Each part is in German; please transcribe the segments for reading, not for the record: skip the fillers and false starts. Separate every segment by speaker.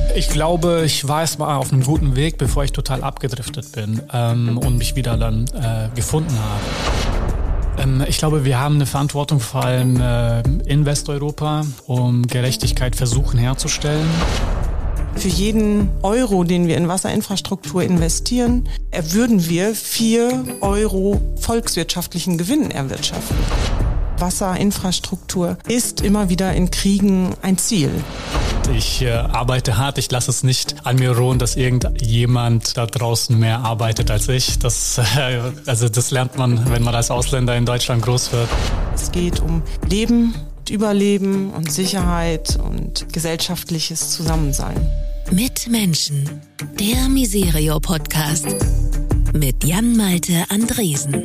Speaker 1: Ich glaube, ich war erst mal auf einem guten Weg, bevor ich total abgedriftet bin und mich wieder dann gefunden habe. Ich glaube, wir haben eine Verantwortung vor allem in Westeuropa, um Gerechtigkeit versuchen herzustellen.
Speaker 2: Für jeden Euro, den wir in Wasserinfrastruktur investieren, würden wir 4 Euro volkswirtschaftlichen Gewinn erwirtschaften. Wasserinfrastruktur ist immer wieder in Kriegen ein Ziel.
Speaker 1: Ich arbeite hart, ich lasse es nicht an mir ruhen, dass irgendjemand da draußen mehr arbeitet als ich. Das lernt man, wenn man als Ausländer in Deutschland groß wird.
Speaker 2: Es geht um Leben, Überleben und Sicherheit und gesellschaftliches Zusammensein.
Speaker 3: Mit Menschen, der Miserio-Podcast mit Jan-Malte Andresen.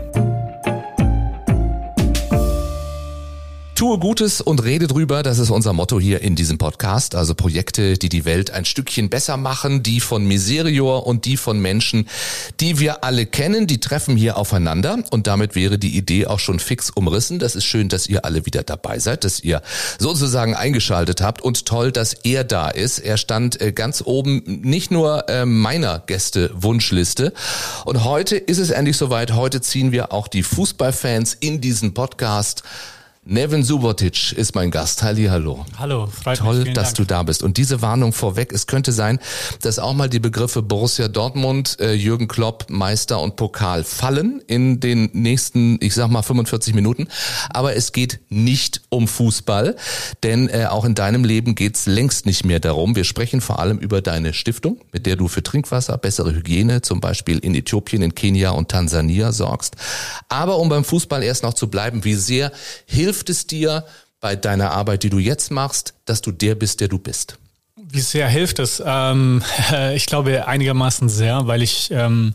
Speaker 4: Tue Gutes und rede drüber, das ist unser Motto hier in diesem Podcast. Also Projekte, die die Welt ein Stückchen besser machen, die von Miserior und die von Menschen, die wir alle kennen, die treffen hier aufeinander. Und damit wäre die Idee auch schon fix umrissen. Das ist schön, dass ihr alle wieder dabei seid, dass ihr sozusagen eingeschaltet habt und toll, dass er da ist. Er stand ganz oben nicht nur meiner Gäste-Wunschliste. Und heute ist es endlich soweit. Heute ziehen wir auch die Fußballfans in diesen Podcast. Neven Subotic ist mein Gast. Hallihallo.
Speaker 1: Hallo, freut
Speaker 4: mich. Toll,
Speaker 1: dass
Speaker 4: Dank. Du da bist. Und diese Warnung vorweg, es könnte sein, dass auch mal die Begriffe Borussia Dortmund, Jürgen Klopp, Meister und Pokal fallen in den nächsten, 45 Minuten. Aber es geht nicht um Fußball, denn auch in deinem Leben geht's längst nicht mehr darum. Wir sprechen vor allem über deine Stiftung, mit der du für Trinkwasser, bessere Hygiene, zum Beispiel in Äthiopien, in Kenia und Tansania sorgst. Aber um beim Fußball erst noch zu bleiben, wie sehr hilft es dir bei deiner Arbeit, die du jetzt machst, dass du der bist, der du bist?
Speaker 1: Wie sehr hilft es? Ich glaube einigermaßen sehr, weil ich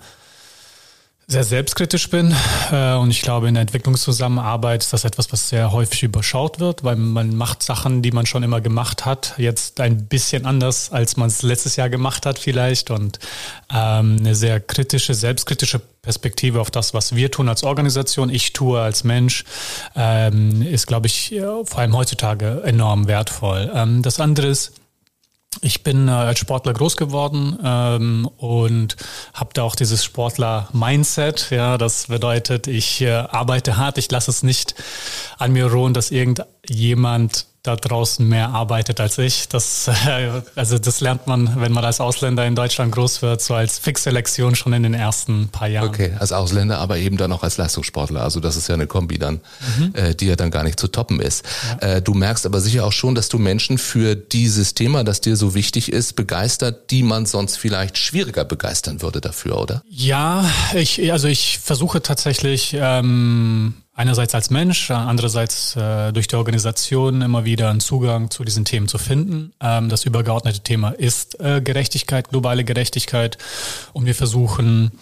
Speaker 1: sehr selbstkritisch bin und ich glaube in der Entwicklungszusammenarbeit ist das etwas, was sehr häufig überschaut wird, weil man macht Sachen, die man schon immer gemacht hat, jetzt ein bisschen anders, als man es letztes Jahr gemacht hat vielleicht und eine sehr kritische, selbstkritische Perspektive auf das, was wir tun als Organisation, ich tue als Mensch, ist, glaube ich, vor allem heutzutage enorm wertvoll. Das andere ist, ich bin als Sportler groß geworden und habe da auch dieses Sportler-Mindset. Ja, das bedeutet, ich arbeite hart, ich lasse es nicht an mir ruhen, dass irgendjemand da draußen mehr arbeitet als ich. Das lernt man, wenn man als Ausländer in Deutschland groß wird, so als fixe Lektion schon in den ersten paar Jahren.
Speaker 4: Okay, als Ausländer, aber eben dann auch als Leistungssportler. Also das ist ja eine Kombi dann, die ja dann gar nicht zu toppen ist. Ja. Du merkst aber sicher auch schon, dass du Menschen für dieses Thema, das dir so wichtig ist, begeistert, die man sonst vielleicht schwieriger begeistern würde dafür, oder?
Speaker 1: Ja, ich versuche tatsächlich einerseits als Mensch, andererseits durch die Organisation immer wieder einen Zugang zu diesen Themen zu finden. Das übergeordnete Thema ist Gerechtigkeit, globale Gerechtigkeit. Und wir versuchen,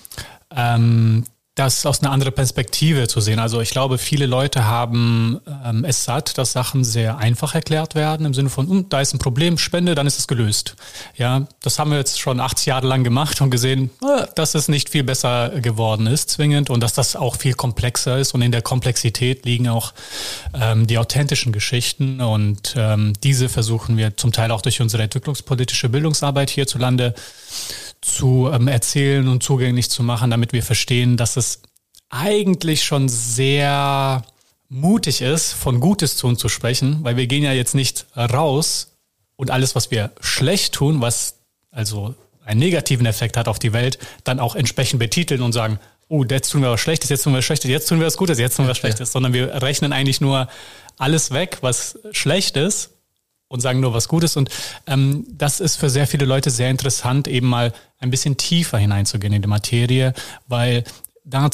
Speaker 1: das aus einer anderen Perspektive zu sehen. Also ich glaube, viele Leute haben es satt, dass Sachen sehr einfach erklärt werden, im Sinne von, da ist ein Problem, Spende, dann ist es gelöst. Ja, das haben wir jetzt schon 80 Jahre lang gemacht und gesehen, dass es nicht viel besser geworden ist, zwingend, und dass das auch viel komplexer ist. Und in der Komplexität liegen auch die authentischen Geschichten. Und diese versuchen wir zum Teil auch durch unsere entwicklungspolitische Bildungsarbeit hierzulande zu erzählen und zugänglich zu machen, damit wir verstehen, dass es eigentlich schon sehr mutig ist, von Gutes tun zu sprechen, weil wir gehen ja jetzt nicht raus und alles, was wir schlecht tun, was also einen negativen Effekt hat auf die Welt, dann auch entsprechend betiteln und sagen, jetzt tun wir was Schlechtes, jetzt tun wir was Schlechtes, jetzt tun wir was Gutes, jetzt tun wir was Schlechtes, sondern wir rechnen eigentlich nur alles weg, was schlecht ist, und sagen nur was Gutes. Und das ist für sehr viele Leute sehr interessant, eben mal ein bisschen tiefer hineinzugehen in die Materie, weil da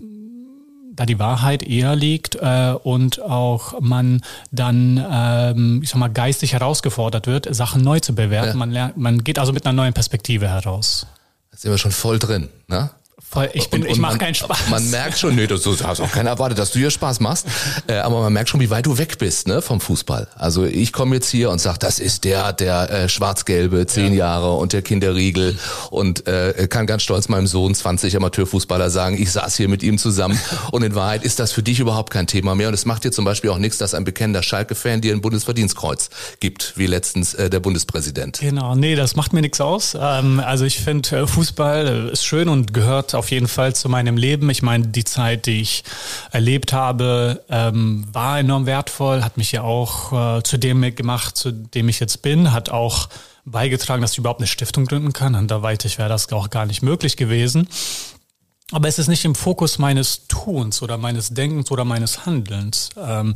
Speaker 1: die Wahrheit eher liegt und auch man dann, geistig herausgefordert wird, Sachen neu zu bewerten. Ja. Man geht also mit einer neuen Perspektive heraus.
Speaker 4: Da sind wir schon voll drin, ne?
Speaker 1: Ich mache keinen Spaß.
Speaker 4: Man merkt schon, du hast auch keiner erwartet, dass du hier Spaß machst, aber man merkt schon, wie weit du weg bist, ne, vom Fußball. Also ich komme jetzt hier und sage, das ist der schwarz-gelbe, 10 Jahre und der Kinderriegel und kann ganz stolz meinem Sohn, 20 Amateurfußballer, sagen, ich saß hier mit ihm zusammen und in Wahrheit ist das für dich überhaupt kein Thema mehr und es macht dir zum Beispiel auch nichts, dass ein bekennender Schalke-Fan dir ein Bundesverdienstkreuz gibt, wie letztens der Bundespräsident.
Speaker 1: Genau, nee, das macht mir nichts aus. Also ich finde, Fußball ist schön und gehört auf jeden Fall zu meinem Leben. Ich meine, die Zeit, die ich erlebt habe, war enorm wertvoll, hat mich ja auch zu dem gemacht, zu dem ich jetzt bin, hat auch beigetragen, dass ich überhaupt eine Stiftung gründen kann. Anderweitig wäre das auch gar nicht möglich gewesen. Aber es ist nicht im Fokus meines Tuns oder meines Denkens oder meines Handelns.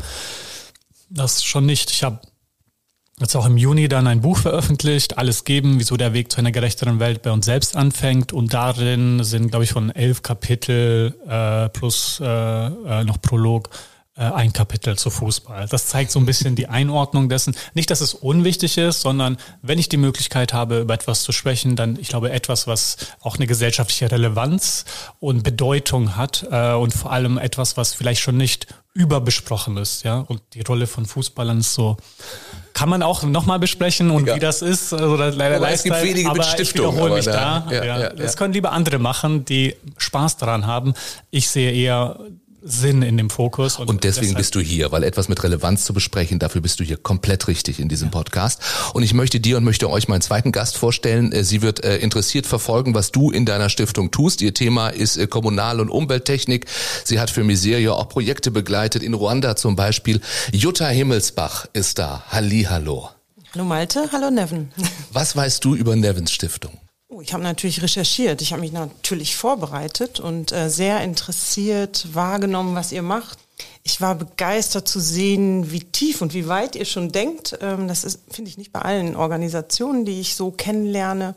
Speaker 1: Das schon nicht. Ich habe jetzt auch im Juni dann ein Buch veröffentlicht, Alles geben, wieso der Weg zu einer gerechteren Welt bei uns selbst anfängt. Und darin sind, glaube ich, von 11 Kapitel plus noch Prolog ein Kapitel zu Fußball. Das zeigt so ein bisschen die Einordnung dessen. Nicht, dass es unwichtig ist, sondern wenn ich die Möglichkeit habe, über etwas zu sprechen, dann, ich glaube, etwas, was auch eine gesellschaftliche Relevanz und Bedeutung hat und vor allem etwas, was vielleicht schon nicht überbesprochen ist. Ja? Und die Rolle von Fußballern ist so... Kann man auch nochmal besprechen und wie das ist. Oder leider
Speaker 4: es gibt wenige mit Stiftung.
Speaker 1: Ich wiederhole mich da. Das können lieber andere machen, die Spaß daran haben. Ich sehe eher Sinn in dem Fokus.
Speaker 4: Und deswegen bist du hier, weil etwas mit Relevanz zu besprechen, dafür bist du hier komplett richtig in diesem Podcast. Und ich möchte dir und möchte euch meinen zweiten Gast vorstellen. Sie wird interessiert verfolgen, was du in deiner Stiftung tust. Ihr Thema ist Kommunal- und Umwelttechnik. Sie hat für Miserio auch Projekte begleitet, in Ruanda zum Beispiel. Jutta Himmelsbach ist da. Hallihallo.
Speaker 2: Hallo Malte, hallo Neven.
Speaker 4: Was weißt du über Nevens Stiftung?
Speaker 2: Ich habe natürlich recherchiert, ich habe mich natürlich vorbereitet und sehr interessiert wahrgenommen, was ihr macht. Ich war begeistert zu sehen, wie tief und wie weit ihr schon denkt. Das ist, finde ich, nicht bei allen Organisationen, die ich so kennenlerne.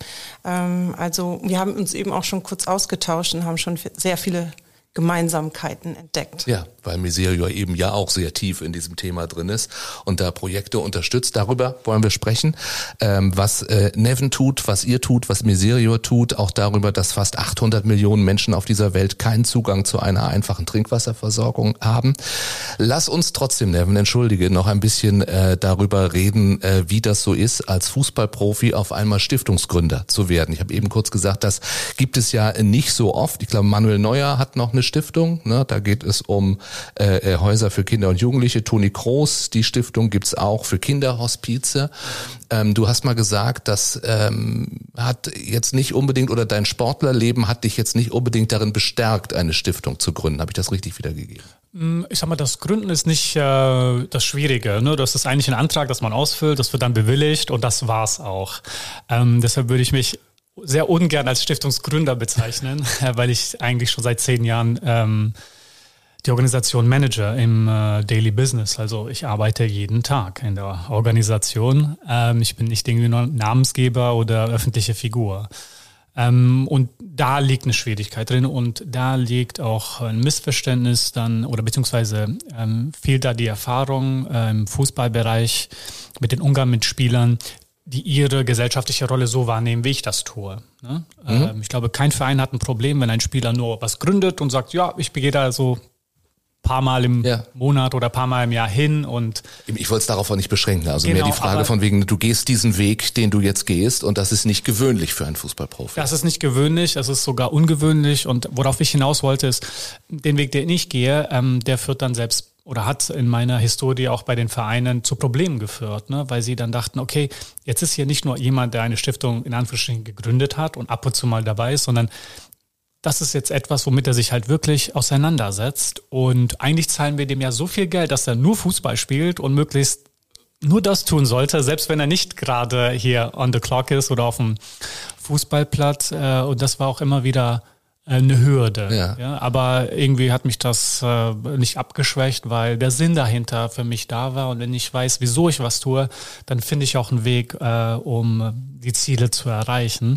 Speaker 2: Also wir haben uns eben auch schon kurz ausgetauscht und haben schon sehr viele Gemeinsamkeiten entdeckt.
Speaker 4: Ja, weil Miserio eben ja auch sehr tief in diesem Thema drin ist und da Projekte unterstützt. Darüber wollen wir sprechen, was Neven tut, was ihr tut, was Miserio tut, auch darüber, dass fast 800 Millionen Menschen auf dieser Welt keinen Zugang zu einer einfachen Trinkwasserversorgung haben. Lass uns trotzdem, Neven, entschuldige, noch ein bisschen darüber reden, wie das so ist, als Fußballprofi auf einmal Stiftungsgründer zu werden. Ich habe eben kurz gesagt, das gibt es ja nicht so oft. Ich glaube, Manuel Neuer hat noch eine Stiftung, ne? Da geht es um Häuser für Kinder und Jugendliche. Toni Kroos, die Stiftung gibt's auch für Kinderhospize. Du hast mal gesagt, das hat jetzt nicht unbedingt, oder dein Sportlerleben hat dich jetzt nicht unbedingt darin bestärkt, eine Stiftung zu gründen. Habe ich das richtig wiedergegeben?
Speaker 1: Ich sag mal, das Gründen ist nicht das Schwierige. Ne? Das ist eigentlich ein Antrag, das man ausfüllt, das wird dann bewilligt und das war's auch. Deshalb würde ich mich sehr ungern als Stiftungsgründer bezeichnen, weil ich eigentlich schon seit 10 Jahren die Organisation manage im Daily Business. Also ich arbeite jeden Tag in der Organisation. Ich bin nicht irgendwie nur Namensgeber oder öffentliche Figur. Und da liegt eine Schwierigkeit drin und da liegt auch ein Missverständnis dann oder beziehungsweise fehlt da die Erfahrung im Fußballbereich mit den Umgang mit Spielern, die ihre gesellschaftliche Rolle so wahrnehmen, wie ich das tue. Ne? Ich glaube, kein Verein hat ein Problem, wenn ein Spieler nur was gründet und sagt, ja, ich gehe da so paar Mal im Monat oder paar Mal im Jahr hin und... Ich wollte es darauf auch nicht beschränken, also genau, mehr die Frage von wegen, du gehst diesen Weg, den du jetzt gehst und das ist nicht gewöhnlich für einen Fußballprofi. Das ist nicht gewöhnlich, es ist sogar ungewöhnlich und worauf ich hinaus wollte ist, den Weg, den ich gehe, der führt dann selbst oder hat in meiner Historie auch bei den Vereinen zu Problemen geführt, ne? Weil sie dann dachten, okay, jetzt ist hier nicht nur jemand, der eine Stiftung in Anführungsstrichen gegründet hat und ab und zu mal dabei ist, sondern das ist jetzt etwas, womit er sich halt wirklich auseinandersetzt und eigentlich zahlen wir dem ja so viel Geld, dass er nur Fußball spielt und möglichst nur das tun sollte, selbst wenn er nicht gerade hier on the clock ist oder auf dem Fußballplatz und das war auch immer wieder eine Hürde. Ja, aber irgendwie hat mich das nicht abgeschwächt, weil der Sinn dahinter für mich da war und wenn ich weiß, wieso ich was tue, dann finde ich auch einen Weg, um die Ziele zu erreichen.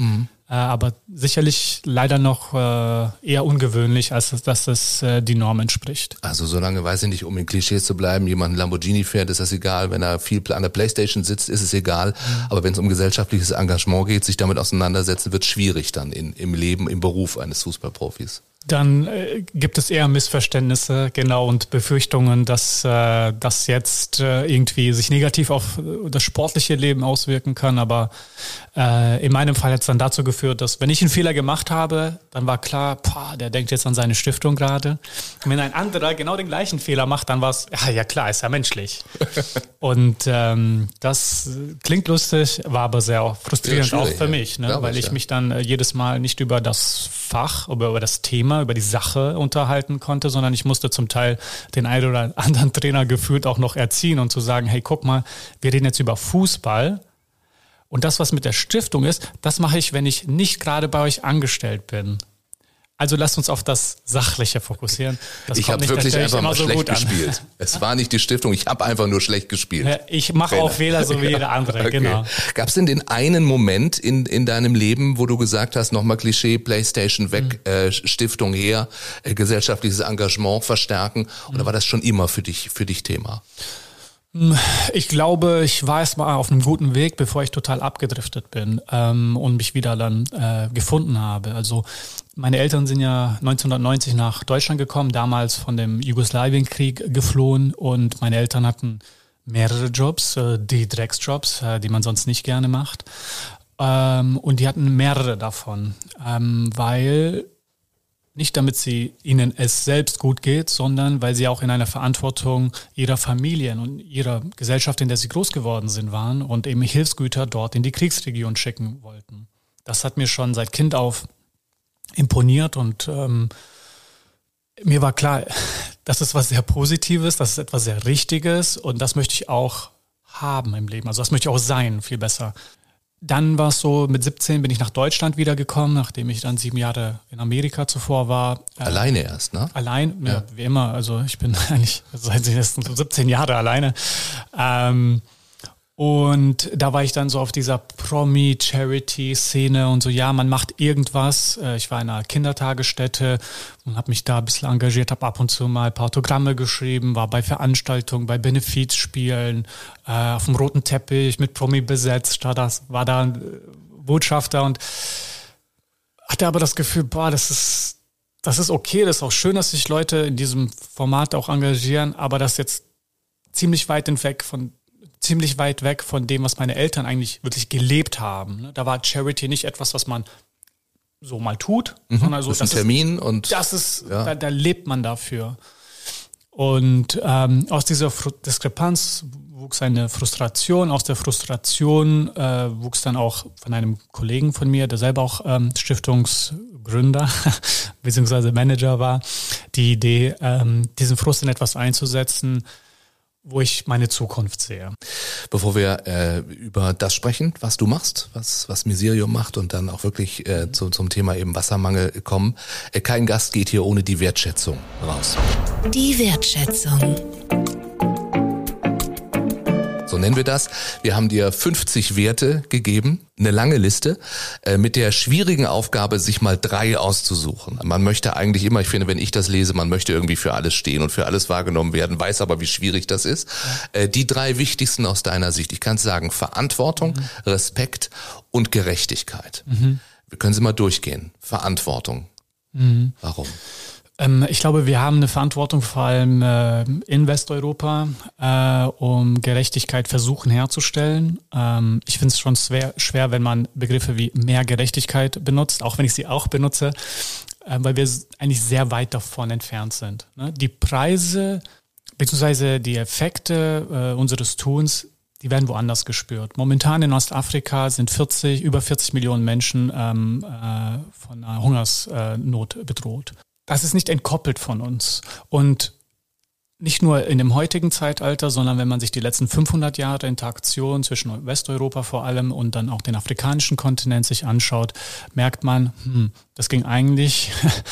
Speaker 1: aber sicherlich leider noch eher ungewöhnlich, als dass es die Norm entspricht.
Speaker 4: Also solange, weiß ich nicht, um in Klischees zu bleiben, jemand ein Lamborghini fährt, ist das egal. Wenn er viel an der Playstation sitzt, ist es egal. Aber wenn es um gesellschaftliches Engagement geht, sich damit auseinandersetzen, wird es schwierig dann im Leben, im Beruf eines Fußballprofis.
Speaker 1: Dann gibt es eher Missverständnisse, genau, und Befürchtungen, dass das jetzt irgendwie sich negativ auf das sportliche Leben auswirken kann. Aber in meinem Fall hat es dann dazu geführt, dass wenn ich einen Fehler gemacht habe, dann war klar, der denkt jetzt an seine Stiftung gerade. Und wenn ein anderer genau den gleichen Fehler macht, dann war es, ja klar, ist ja menschlich. Und das klingt lustig, war aber sehr frustrierend auch für mich, ne? Weil ich mich dann jedes Mal nicht über das Fach, über das Thema, über die Sache unterhalten konnte, sondern ich musste zum Teil den einen oder anderen Trainer gefühlt auch noch erziehen und zu sagen, hey, guck mal, wir reden jetzt über Fußball und das, was mit der Stiftung ist, das mache ich, wenn ich nicht gerade bei euch angestellt bin. Also lasst uns auf das Sachliche fokussieren. Das
Speaker 4: ich habe wirklich einfach mal
Speaker 1: so
Speaker 4: schlecht gespielt. Es war nicht die Stiftung, ich habe einfach nur schlecht gespielt.
Speaker 1: Ja, ich mache auch Fehler, so wie jeder andere, okay. Genau.
Speaker 4: Gab es denn den einen Moment in deinem Leben, wo du gesagt hast, nochmal Klischee, Playstation weg, Stiftung her, gesellschaftliches Engagement verstärken? Oder war das schon immer für dich Thema?
Speaker 1: Ich glaube, ich war erst mal auf einem guten Weg, bevor ich total abgedriftet bin und mich wieder dann gefunden habe. Also meine Eltern sind ja 1990 nach Deutschland gekommen, damals von dem Jugoslawienkrieg geflohen und meine Eltern hatten mehrere Jobs, die Drecksjobs, die man sonst nicht gerne macht. Und die hatten mehrere davon, weil nicht damit ihnen es selbst gut geht, sondern weil sie auch in einer Verantwortung ihrer Familien und ihrer Gesellschaft, in der sie groß geworden sind, waren und eben Hilfsgüter dort in die Kriegsregion schicken wollten. Das hat mir schon seit Kind auf imponiert und mir war klar, das ist was sehr Positives, das ist etwas sehr Richtiges und das möchte ich auch haben im Leben. Also das möchte ich auch sein, viel besser. Dann war es so, mit 17 bin ich nach Deutschland wiedergekommen, nachdem ich dann 7 Jahre in Amerika zuvor war.
Speaker 4: Alleine erst, ne?
Speaker 1: Allein, ja, wie immer. Also ich bin eigentlich seit 17 Jahre alleine. Und da war ich dann so auf dieser Promi-Charity-Szene und so, ja, man macht irgendwas. Ich war in einer Kindertagesstätte und habe mich da ein bisschen engagiert, habe ab und zu mal ein paar Autogramme geschrieben, war bei Veranstaltungen, bei Benefizspielen, auf dem roten Teppich mit Promi besetzt, war da ein Botschafter und hatte aber das Gefühl, das ist okay, das ist auch schön, dass sich Leute in diesem Format auch engagieren, aber das ist jetzt ziemlich weit weg von dem, was meine Eltern eigentlich wirklich gelebt haben. Da war Charity nicht etwas, was man so mal tut, sondern so,
Speaker 4: das ist ein Termin und
Speaker 1: da lebt man dafür. Und aus dieser Diskrepanz wuchs eine Frustration. Aus der Frustration wuchs dann auch von einem Kollegen von mir, der selber auch Stiftungsgründer bzw. Manager war, die Idee, diesen Frust in etwas einzusetzen, wo ich meine Zukunft sehe.
Speaker 4: Bevor wir über das sprechen, was du machst, was Miserio macht und dann auch wirklich zum Thema eben Wassermangel kommen, kein Gast geht hier ohne die Wertschätzung raus.
Speaker 3: Die Wertschätzung.
Speaker 4: So nennen wir das. Wir haben dir 50 Werte gegeben, eine lange Liste, mit der schwierigen Aufgabe, sich mal 3 auszusuchen. Man möchte eigentlich immer, ich finde, wenn ich das lese, man möchte irgendwie für alles stehen und für alles wahrgenommen werden, weiß aber, wie schwierig das ist. Die 3 wichtigsten aus deiner Sicht, ich kann sagen, Verantwortung, Respekt und Gerechtigkeit. Wir können sie mal durchgehen. Verantwortung. Warum?
Speaker 1: Ich glaube, wir haben eine Verantwortung vor allem in Westeuropa, um Gerechtigkeit versuchen herzustellen. Ich finde es schon schwer, wenn man Begriffe wie mehr Gerechtigkeit benutzt, auch wenn ich sie auch benutze, weil wir eigentlich sehr weit davon entfernt sind. Die Preise bzw. die Effekte unseres Tuns, die werden woanders gespürt. Momentan in Ostafrika sind über 40 Millionen Menschen von einer Hungersnot bedroht. Das ist nicht entkoppelt von uns. Und nicht nur in dem heutigen Zeitalter, sondern wenn man sich die letzten 500 Jahre Interaktion zwischen Westeuropa vor allem und dann auch den afrikanischen Kontinent sich anschaut, merkt man, das ging eigentlich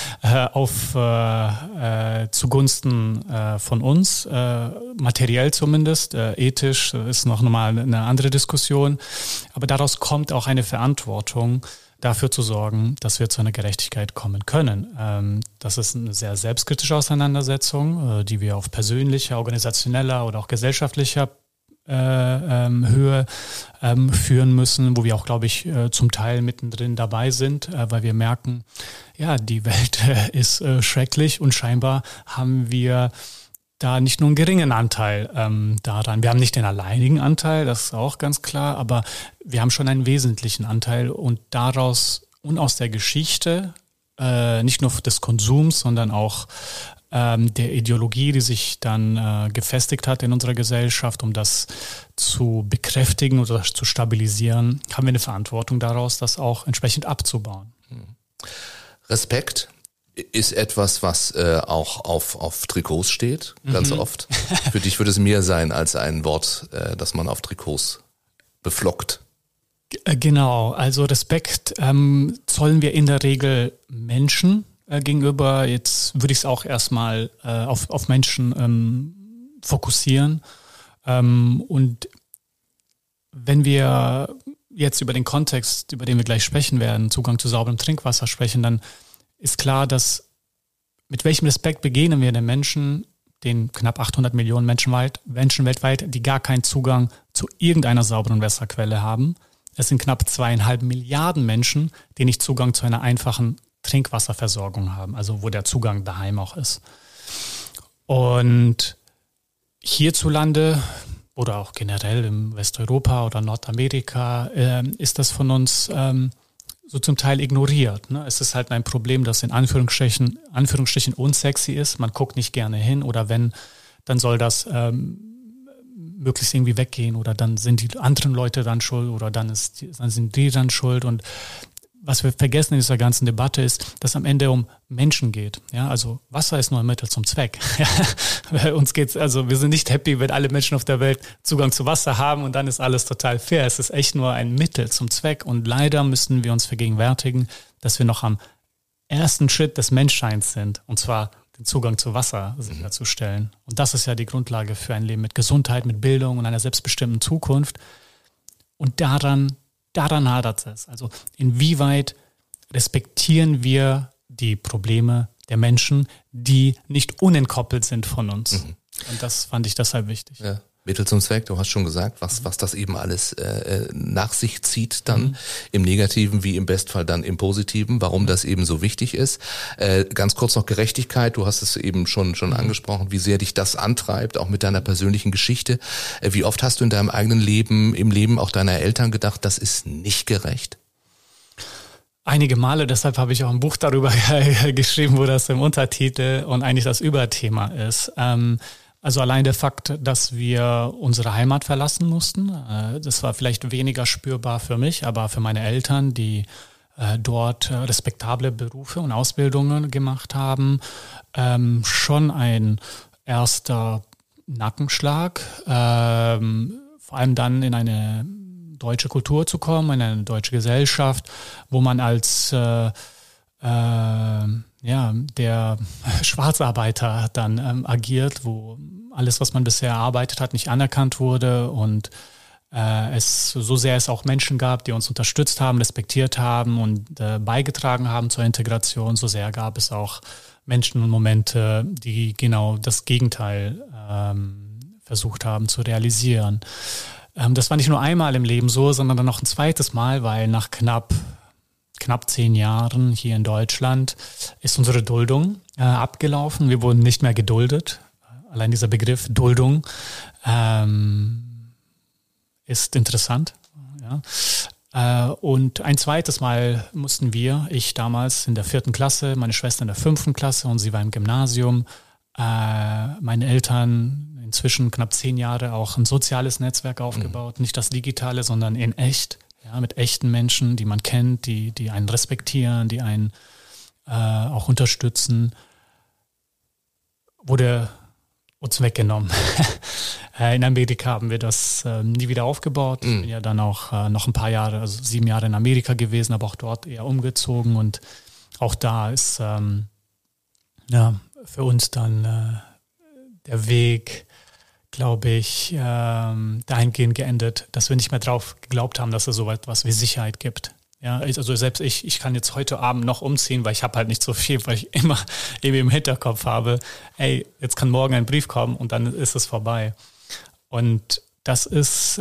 Speaker 1: zugunsten von uns, materiell zumindest, ethisch ist noch mal eine andere Diskussion. Aber daraus kommt auch eine Verantwortung, dafür zu sorgen, dass wir zu einer Gerechtigkeit kommen können. Das ist eine sehr selbstkritische Auseinandersetzung, die wir auf persönlicher, organisationeller oder auch gesellschaftlicher Höhe führen müssen, wo wir auch, glaube ich, zum Teil mittendrin dabei sind, weil wir merken, ja, die Welt ist schrecklich und scheinbar haben wir da nicht nur einen geringen Anteil daran. Wir haben nicht den alleinigen Anteil, das ist auch ganz klar, aber wir haben schon einen wesentlichen Anteil und daraus und aus der Geschichte, nicht nur des Konsums, sondern auch der Ideologie, die sich dann gefestigt hat in unserer Gesellschaft, um das zu bekräftigen oder zu stabilisieren, haben wir eine Verantwortung daraus, das auch entsprechend abzubauen.
Speaker 4: Respekt ist etwas, was auch auf Trikots steht, ganz oft. Für dich würde es mehr sein als ein Wort, das man auf Trikots beflockt.
Speaker 1: Genau, also Respekt zollen wir in der Regel Menschen gegenüber. Jetzt würde ich es auch erstmal auf Menschen fokussieren. Und wenn wir jetzt über den Kontext, über den wir gleich sprechen werden, Zugang zu sauberem Trinkwasser sprechen, dann ist klar, dass mit welchem Respekt begegnen wir den Menschen, den knapp 800 Millionen Menschen weltweit, die gar keinen Zugang zu irgendeiner sauberen Wasserquelle haben. Es sind knapp 2,5 Milliarden Menschen, die nicht Zugang zu einer einfachen Trinkwasserversorgung haben, also wo der Zugang daheim auch ist. Und hierzulande oder auch generell in Westeuropa oder Nordamerika ist das von uns so zum Teil ignoriert. Ne? Es ist halt ein Problem, das in Anführungsstrichen unsexy ist. Man guckt nicht gerne hin oder wenn, dann soll das möglichst irgendwie weggehen oder dann sind die anderen Leute dann schuld oder dann sind die dann schuld. Und was wir vergessen in dieser ganzen Debatte ist, dass es am Ende um Menschen geht. Ja, also Wasser ist nur ein Mittel zum Zweck. Bei uns geht's, also wir sind nicht happy, wenn alle Menschen auf der Welt Zugang zu Wasser haben und dann ist alles total fair. Es ist echt nur ein Mittel zum Zweck und leider müssen wir uns vergegenwärtigen, dass wir noch am ersten Schritt des Menschseins sind und zwar den Zugang zu Wasser sicherzustellen. Und das ist ja die Grundlage für ein Leben mit Gesundheit, mit Bildung und einer selbstbestimmten Zukunft. Und daran hadert es. Also inwieweit respektieren wir die Probleme der Menschen, die nicht unentkoppelt sind von uns. Und das fand ich deshalb wichtig.
Speaker 4: Ja. Mittel zum Zweck, du hast schon gesagt, was das eben alles nach sich zieht dann im Negativen wie im Bestfall dann im Positiven, warum das eben so wichtig ist. Ganz kurz noch Gerechtigkeit, du hast es eben schon angesprochen, wie sehr dich das antreibt, auch mit deiner persönlichen Geschichte. Wie oft hast du in deinem eigenen Leben, im Leben auch deiner Eltern gedacht, das ist nicht gerecht?
Speaker 1: Einige Male, deshalb habe ich auch ein Buch darüber geschrieben, wo das im Untertitel und eigentlich das Überthema ist. Also allein der Fakt, dass wir unsere Heimat verlassen mussten, das war vielleicht weniger spürbar für mich, aber für meine Eltern, die dort respektable Berufe und Ausbildungen gemacht haben, schon ein erster Nackenschlag, vor allem dann in eine deutsche Kultur zu kommen, in eine deutsche Gesellschaft, wo man als der Schwarzarbeiter dann agiert, wo alles, was man bisher erarbeitet hat, nicht anerkannt wurde und so sehr es auch Menschen gab, die uns unterstützt haben, respektiert haben und beigetragen haben zur Integration, so sehr gab es auch Menschen und Momente, die genau das Gegenteil versucht haben zu realisieren. Das war nicht nur einmal im Leben so, sondern dann noch ein zweites Mal, weil nach knapp 10 Jahren hier in Deutschland ist unsere Duldung abgelaufen. Wir wurden nicht mehr geduldet. Allein dieser Begriff Duldung ist interessant. Ja. Und ein zweites Mal mussten ich damals in der 4. Klasse, meine Schwester in der 5. Klasse und sie war im Gymnasium, meine Eltern inzwischen knapp 10 Jahre auch ein soziales Netzwerk aufgebaut, nicht das Digitale, sondern in echt. Ja, mit echten Menschen, die man kennt, die einen respektieren, die einen auch unterstützen, wurde uns weggenommen. In Amerika haben wir das nie wieder aufgebaut. Ich bin ja dann auch noch ein paar Jahre, also 7 Jahre in Amerika gewesen, aber auch dort eher umgezogen und auch da ist für uns dann der Weg, glaube ich, dahingehend geendet, dass wir nicht mehr drauf geglaubt haben, dass es so etwas wie Sicherheit gibt. Ja, also selbst ich kann jetzt heute Abend noch umziehen, weil ich habe halt nicht so viel, weil ich immer eben im Hinterkopf habe, jetzt kann morgen ein Brief kommen und dann ist es vorbei. Und das ist,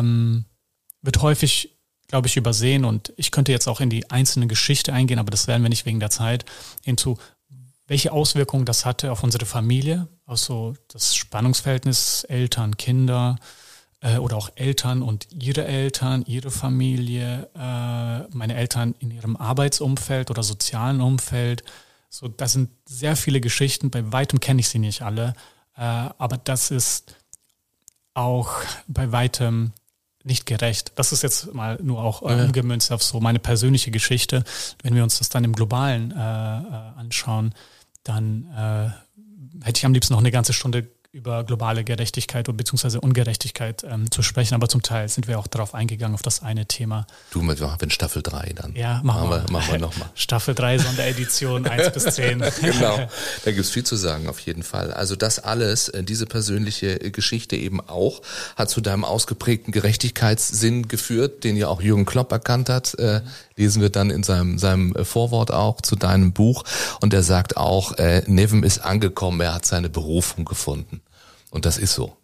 Speaker 1: wird häufig, glaube ich, übersehen, und ich könnte jetzt auch in die einzelne Geschichte eingehen, aber das werden wir nicht wegen der Zeit, welche Auswirkungen das hatte auf unsere Familie, also das Spannungsverhältnis Eltern, Kinder, oder auch Eltern und ihre Familie, meine Eltern in ihrem Arbeitsumfeld oder sozialen Umfeld. So, das sind sehr viele Geschichten, bei weitem kenne ich sie nicht alle, aber das ist auch bei weitem nicht gerecht. Das ist jetzt mal nur auch umgemünzt auf so meine persönliche Geschichte. Wenn wir uns das dann im Globalen anschauen, dann hätte ich am liebsten noch eine ganze Stunde über globale Gerechtigkeit oder beziehungsweise Ungerechtigkeit zu sprechen, aber zum Teil sind wir auch darauf eingegangen, auf das eine Thema.
Speaker 4: Du, wenn Staffel 3 dann.
Speaker 1: Ja, machen wir nochmal. Staffel 3, Sonderedition 1 bis 10.
Speaker 4: Genau, da gibt's viel zu sagen auf jeden Fall. Also das alles, diese persönliche Geschichte eben auch, hat zu deinem ausgeprägten Gerechtigkeitssinn geführt, den ja auch Jürgen Klopp erkannt hat, lesen wir dann in seinem Vorwort auch zu deinem Buch. Und er sagt auch, Nevem ist angekommen, er hat seine Berufung gefunden. Und das ist so.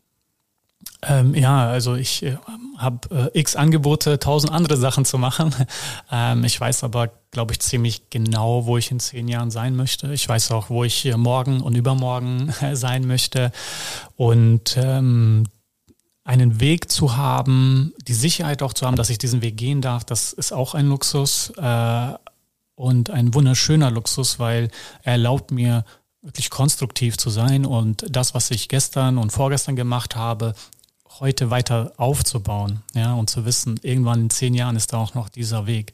Speaker 1: Also ich habe x Angebote, 1000 andere Sachen zu machen. Ich weiß aber, glaube ich, ziemlich genau, wo ich in 10 Jahren sein möchte. Ich weiß auch, wo ich morgen und übermorgen sein möchte. Und einen Weg zu haben, die Sicherheit auch zu haben, dass ich diesen Weg gehen darf, das ist auch ein Luxus und ein wunderschöner Luxus, weil er erlaubt mir, wirklich konstruktiv zu sein und das, was ich gestern und vorgestern gemacht habe, heute weiter aufzubauen, ja, und zu wissen, irgendwann in 10 Jahren ist da auch noch dieser Weg.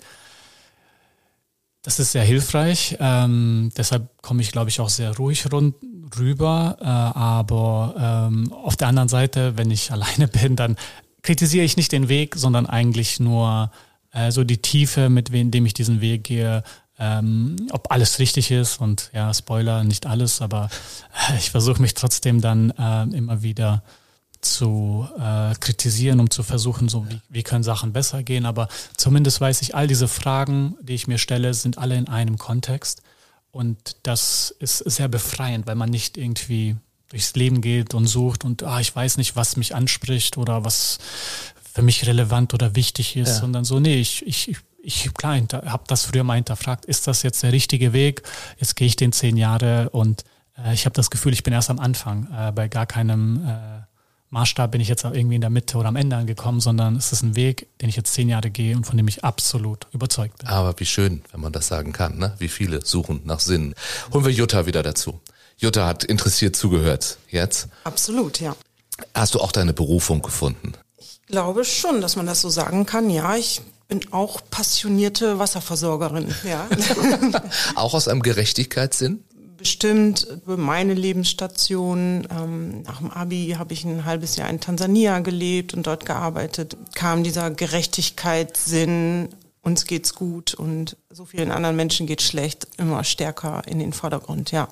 Speaker 1: Das ist sehr hilfreich, deshalb komme ich, glaube ich, auch sehr ruhig rüber, aber auf der anderen Seite, wenn ich alleine bin, dann kritisiere ich nicht den Weg, sondern eigentlich nur so die Tiefe, mit dem ich diesen Weg gehe, ob alles richtig ist, und ja, Spoiler, nicht alles, aber ich versuche mich trotzdem dann immer wieder zu kritisieren, um zu versuchen, so wie können Sachen besser gehen, aber zumindest weiß ich, all diese Fragen, die ich mir stelle, sind alle in einem Kontext, und das ist sehr befreiend, weil man nicht irgendwie durchs Leben geht und sucht und ich weiß nicht, was mich anspricht oder was für mich relevant oder wichtig ist, sondern so, nee, ich habe das früher mal hinterfragt, ist das jetzt der richtige Weg? Jetzt gehe ich den 10 Jahre und ich habe das Gefühl, ich bin erst am Anfang. Bei gar keinem Maßstab bin ich jetzt irgendwie in der Mitte oder am Ende angekommen, sondern es ist ein Weg, den ich jetzt 10 Jahre gehe und von dem ich absolut überzeugt bin.
Speaker 4: Aber wie schön, wenn man das sagen kann, ne? Wie viele suchen nach Sinn. Holen wir Jutta wieder dazu. Jutta hat interessiert zugehört jetzt.
Speaker 2: Absolut, ja.
Speaker 4: Hast du auch deine Berufung gefunden?
Speaker 2: Ich glaube schon, dass man das so sagen kann. Ja, ich bin auch passionierte Wasserversorgerin. Ja.
Speaker 4: Auch aus einem Gerechtigkeitssinn?
Speaker 2: Bestimmt meine Lebensstation. Nach dem Abi habe ich ein halbes Jahr in Tansania gelebt und dort gearbeitet. Kam dieser Gerechtigkeitssinn, uns geht's gut und so vielen anderen Menschen geht's schlecht, immer stärker in den Vordergrund, ja.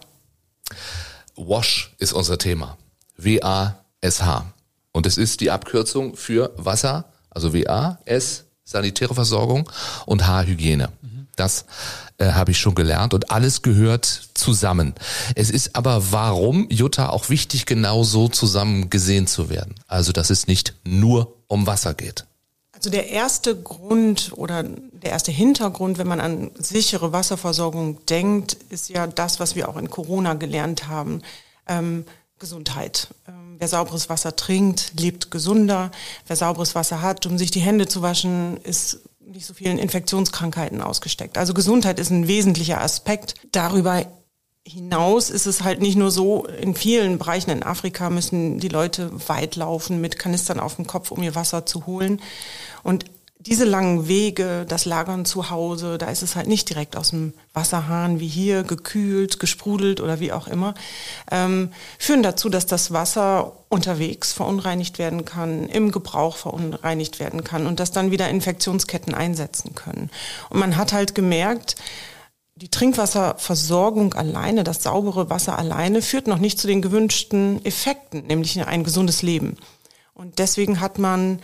Speaker 4: WASH ist unser Thema. W-A-S-H. Und es ist die Abkürzung für Wasser, also W-A-S, sanitäre Versorgung, und H-Hygiene. Das habe ich schon gelernt, und alles gehört zusammen. Es ist aber, warum, Jutta, auch wichtig, genau so zusammen gesehen zu werden. Also, dass es nicht nur um Wasser geht.
Speaker 2: Also der erste Grund oder der erste Hintergrund, wenn man an sichere Wasserversorgung denkt, ist ja das, was wir auch in Corona gelernt haben. Gesundheit. Wer sauberes Wasser trinkt, lebt gesunder. Wer sauberes Wasser hat, um sich die Hände zu waschen, ist nicht so vielen Infektionskrankheiten ausgesteckt. Also Gesundheit ist ein wesentlicher Aspekt. Darüber hinaus ist es halt nicht nur so, in vielen Bereichen in Afrika müssen die Leute weit laufen mit Kanistern auf dem Kopf, um ihr Wasser zu holen. Und diese langen Wege, das Lagern zu Hause, da ist es halt nicht direkt aus dem Wasserhahn wie hier, gekühlt, gesprudelt oder wie auch immer, führen dazu, dass das Wasser unterwegs verunreinigt werden kann, im Gebrauch verunreinigt werden kann und dass dann wieder Infektionsketten einsetzen können. Und man hat halt gemerkt, die Trinkwasserversorgung alleine, das saubere Wasser alleine, führt noch nicht zu den gewünschten Effekten, nämlich ein gesundes Leben. Und deswegen hat man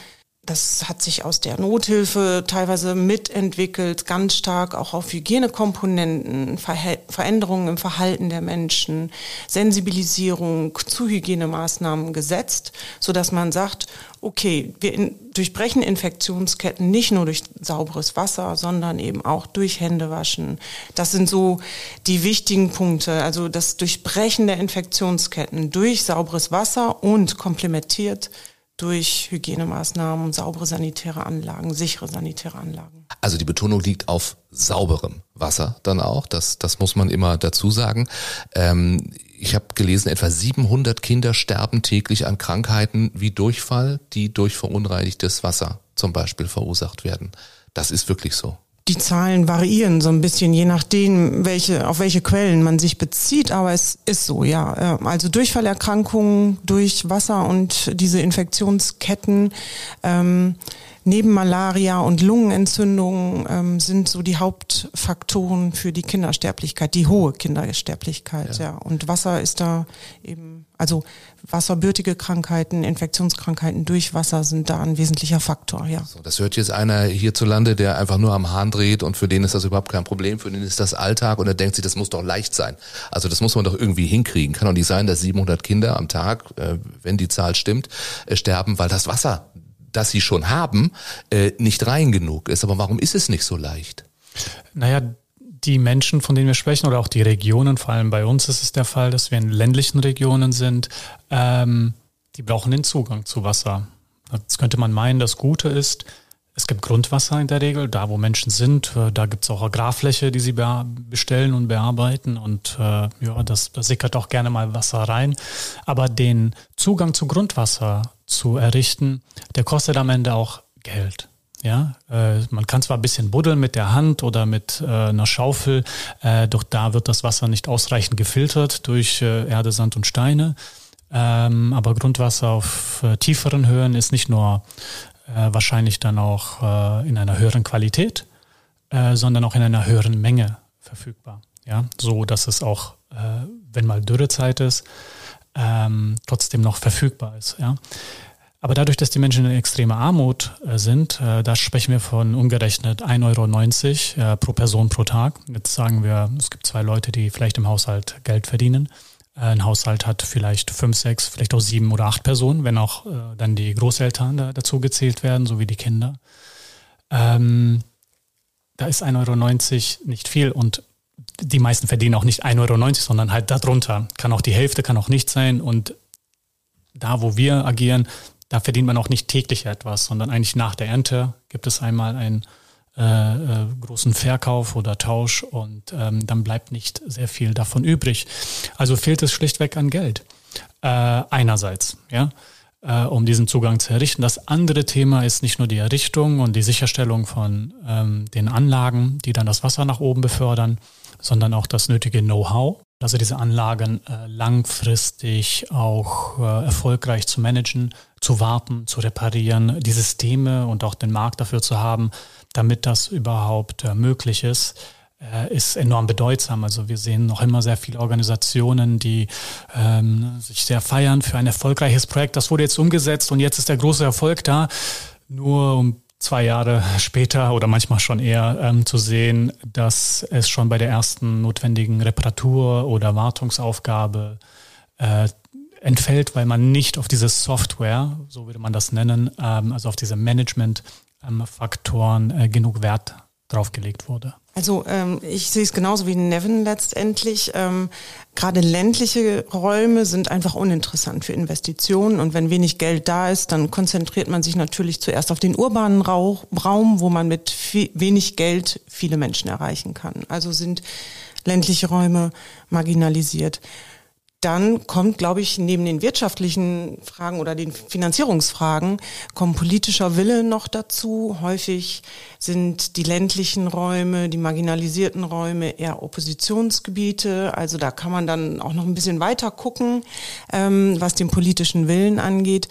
Speaker 2: Das hat sich aus der Nothilfe teilweise mitentwickelt, ganz stark auch auf Hygienekomponenten, Veränderungen im Verhalten der Menschen, Sensibilisierung zu Hygienemaßnahmen gesetzt, sodass man sagt, okay, wir durchbrechen Infektionsketten nicht nur durch sauberes Wasser, sondern eben auch durch Händewaschen. Das sind so die wichtigen Punkte, also das Durchbrechen der Infektionsketten durch sauberes Wasser und komplementiert durch Hygienemaßnahmen, saubere sanitäre Anlagen, sichere sanitäre Anlagen.
Speaker 4: Also die Betonung liegt auf sauberem Wasser dann auch, das muss man immer dazu sagen. Ich habe gelesen, etwa 700 Kinder sterben täglich an Krankheiten wie Durchfall, die durch verunreinigtes Wasser zum Beispiel verursacht werden. Das ist wirklich so.
Speaker 2: Die Zahlen variieren so ein bisschen, je nachdem, auf welche Quellen man sich bezieht, aber es ist so, ja. Also Durchfallerkrankungen durch Wasser und diese Infektionsketten, neben Malaria und Lungenentzündungen sind so die Hauptfaktoren für die Kindersterblichkeit, die hohe Kindersterblichkeit, ja. Und Wasser ist da eben, also wasserbürtige Krankheiten, Infektionskrankheiten durch Wasser sind da ein wesentlicher Faktor, ja.
Speaker 4: So, das hört jetzt einer hierzulande, der einfach nur am Hahn dreht und für den ist das überhaupt kein Problem, für den ist das Alltag und er denkt sich, das muss doch leicht sein. Also das muss man doch irgendwie hinkriegen. Kann doch nicht sein, dass 700 Kinder am Tag, wenn die Zahl stimmt, sterben, weil das Wasser, das sie schon haben, nicht rein genug ist. Aber warum ist es nicht so leicht?
Speaker 1: Naja, die Menschen, von denen wir sprechen, oder auch die Regionen, vor allem bei uns ist es der Fall, dass wir in ländlichen Regionen sind, die brauchen den Zugang zu Wasser. Jetzt könnte man meinen, das Gute ist, es gibt Grundwasser in der Regel, da wo Menschen sind, da gibt es auch Agrarfläche, die sie bestellen und bearbeiten und da sickert auch gerne mal Wasser rein. Aber den Zugang zu Grundwasser zu errichten, der kostet am Ende auch Geld. Ja, man kann zwar ein bisschen buddeln mit der Hand oder mit einer Schaufel, doch da wird das Wasser nicht ausreichend gefiltert durch Erde, Sand und Steine. Aber Grundwasser auf tieferen Höhen ist nicht nur wahrscheinlich dann auch in einer höheren Qualität, sondern auch in einer höheren Menge verfügbar. Ja, so dass es auch, wenn mal Dürrezeit ist, trotzdem noch verfügbar ist. Ja. Aber dadurch, dass die Menschen in extremer Armut sind, da sprechen wir von umgerechnet 1,90 € pro Person pro Tag. Jetzt sagen wir, es gibt 2 Leute, die vielleicht im Haushalt Geld verdienen. Ein Haushalt hat vielleicht 5, 6, vielleicht auch 7 oder 8 Personen, wenn auch dann die Großeltern dazu gezählt werden, sowie die Kinder. Da ist 1,90 € nicht viel und die meisten verdienen auch nicht 1,90 €, sondern halt darunter. Kann auch die Hälfte, kann auch nicht sein. Und da, wo wir agieren, da verdient man auch nicht täglich etwas, sondern eigentlich nach der Ernte gibt es einmal einen großen Verkauf oder Tausch und dann bleibt nicht sehr viel davon übrig. Also fehlt es schlichtweg an Geld. Einerseits, ja, um diesen Zugang zu errichten. Das andere Thema ist nicht nur die Errichtung und die Sicherstellung von den Anlagen, die dann das Wasser nach oben befördern, sondern auch das nötige Know-how. Also diese Anlagen langfristig auch erfolgreich zu managen, zu warten, zu reparieren, die Systeme und auch den Markt dafür zu haben, damit das überhaupt möglich ist enorm bedeutsam. Also wir sehen noch immer sehr viele Organisationen, die sich sehr feiern für ein erfolgreiches Projekt. Das wurde jetzt umgesetzt und jetzt ist der große Erfolg da. Nur um 2 Jahre später oder manchmal schon eher zu sehen, dass es schon bei der ersten notwendigen Reparatur oder Wartungsaufgabe entfällt, weil man nicht auf diese Software, so würde man das nennen, also auf diese Management-Faktoren genug Wert draufgelegt wurde.
Speaker 2: Also ich sehe es genauso wie Nevin letztendlich. Gerade ländliche Räume sind einfach uninteressant für Investitionen und wenn wenig Geld da ist, dann konzentriert man sich natürlich zuerst auf den urbanen Raum, wo man mit wenig Geld viele Menschen erreichen kann. Also sind ländliche Räume marginalisiert. Dann kommt, glaube ich, neben den wirtschaftlichen Fragen oder den Finanzierungsfragen, kommt politischer Wille noch dazu. Häufig sind die ländlichen Räume, die marginalisierten Räume eher Oppositionsgebiete. Also da kann man dann auch noch ein bisschen weiter gucken, was den politischen Willen angeht.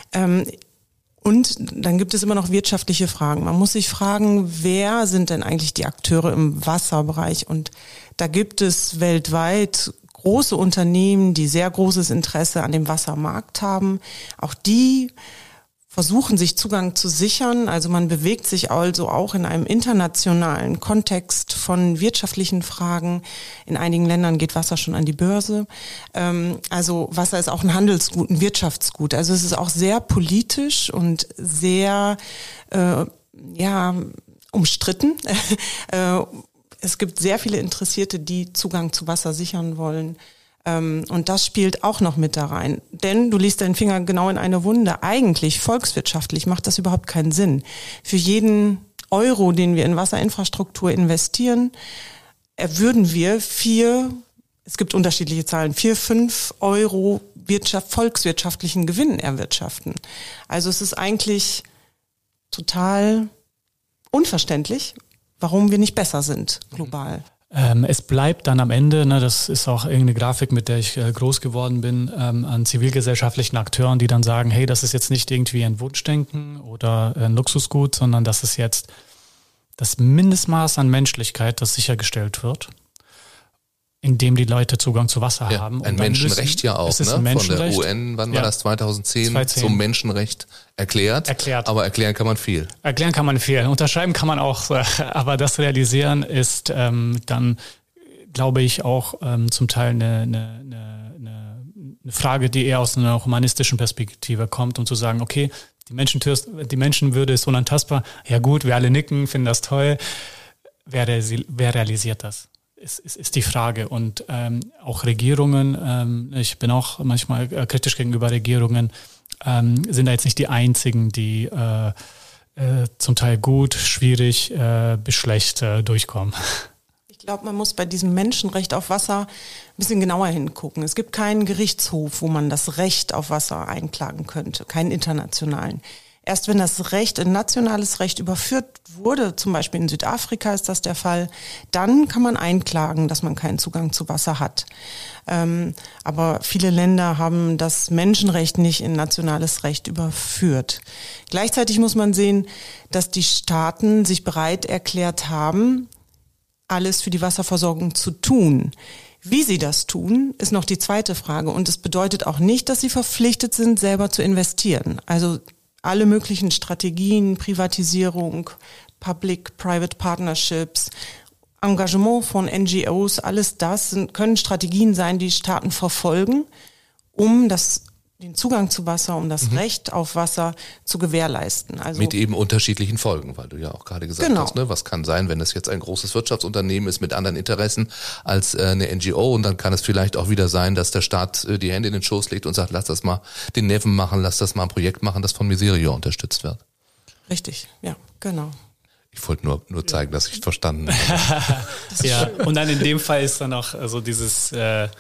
Speaker 2: Und dann gibt es immer noch wirtschaftliche Fragen. Man muss sich fragen, wer sind denn eigentlich die Akteure im Wasserbereich? Und da gibt es weltweit große Unternehmen, die sehr großes Interesse an dem Wassermarkt haben. Auch die versuchen, sich Zugang zu sichern. Also man bewegt sich also auch in einem internationalen Kontext von wirtschaftlichen Fragen. In einigen Ländern geht Wasser schon an die Börse. Also Wasser ist auch ein Handelsgut, ein Wirtschaftsgut. Also es ist auch sehr politisch und sehr umstritten. Es gibt sehr viele Interessierte, die Zugang zu Wasser sichern wollen. Und das spielt auch noch mit da rein. Denn du legst deinen Finger genau in eine Wunde. Eigentlich, volkswirtschaftlich, macht das überhaupt keinen Sinn. Für jeden Euro, den wir in Wasserinfrastruktur investieren, würden wir 5 Euro volkswirtschaftlichen Gewinn erwirtschaften. Also es ist eigentlich total unverständlich, warum wir nicht besser sind global.
Speaker 1: Es bleibt dann am Ende, das ist auch irgendeine Grafik, mit der ich groß geworden bin, an zivilgesellschaftlichen Akteuren, die dann sagen, hey, das ist jetzt nicht irgendwie ein Wunschdenken oder ein Luxusgut, sondern das ist jetzt das Mindestmaß an Menschlichkeit, das sichergestellt wird, indem die Leute Zugang zu Wasser haben.
Speaker 4: Ein Menschenrecht ja auch,
Speaker 1: es ist ein Menschenrecht.
Speaker 4: Von der UN, wann war das, 2010, zum Menschenrecht erklärt. Aber erklären kann man viel.
Speaker 1: Erklären kann man viel, unterschreiben kann man auch, aber das Realisieren ist dann, glaube ich, auch zum Teil eine Frage, die eher aus einer humanistischen Perspektive kommt, um zu sagen, okay, die Menschenwürde ist unantastbar. Ja gut, wir alle nicken, finden das toll. Wer realisiert das? Ist die Frage. Und auch Regierungen, ich bin auch manchmal kritisch gegenüber Regierungen, sind da jetzt nicht die einzigen, die zum Teil gut, schwierig, bis schlecht durchkommen.
Speaker 2: Ich glaube, man muss bei diesem Menschenrecht auf Wasser ein bisschen genauer hingucken. Es gibt keinen Gerichtshof, wo man das Recht auf Wasser einklagen könnte, keinen internationalen. Erst wenn das Recht in nationales Recht überführt wurde, zum Beispiel in Südafrika ist das der Fall, dann kann man einklagen, dass man keinen Zugang zu Wasser hat. Aber viele Länder haben das Menschenrecht nicht in nationales Recht überführt. Gleichzeitig muss man sehen, dass die Staaten sich bereit erklärt haben, alles für die Wasserversorgung zu tun. Wie sie das tun, ist noch die zweite Frage. Und es bedeutet auch nicht, dass sie verpflichtet sind, selber zu investieren. Also alle möglichen Strategien, Privatisierung, Public-Private Partnerships, Engagement von NGOs, alles das können Strategien sein, die Staaten verfolgen, um den Zugang zu Wasser, um das Recht auf Wasser zu gewährleisten. Also
Speaker 4: mit eben unterschiedlichen Folgen, weil du ja auch gerade gesagt hast, was kann sein, wenn es jetzt ein großes Wirtschaftsunternehmen ist mit anderen Interessen als eine NGO, und dann kann es vielleicht auch wieder sein, dass der Staat die Hände in den Schoß legt und sagt, lass das mal den Neffen machen, lass das mal ein Projekt machen, das von Miserio unterstützt wird.
Speaker 2: Richtig, ja, genau.
Speaker 4: Ich wollte nur zeigen, dass ich verstanden habe.
Speaker 1: Ja, und dann in dem Fall ist dann auch also dieses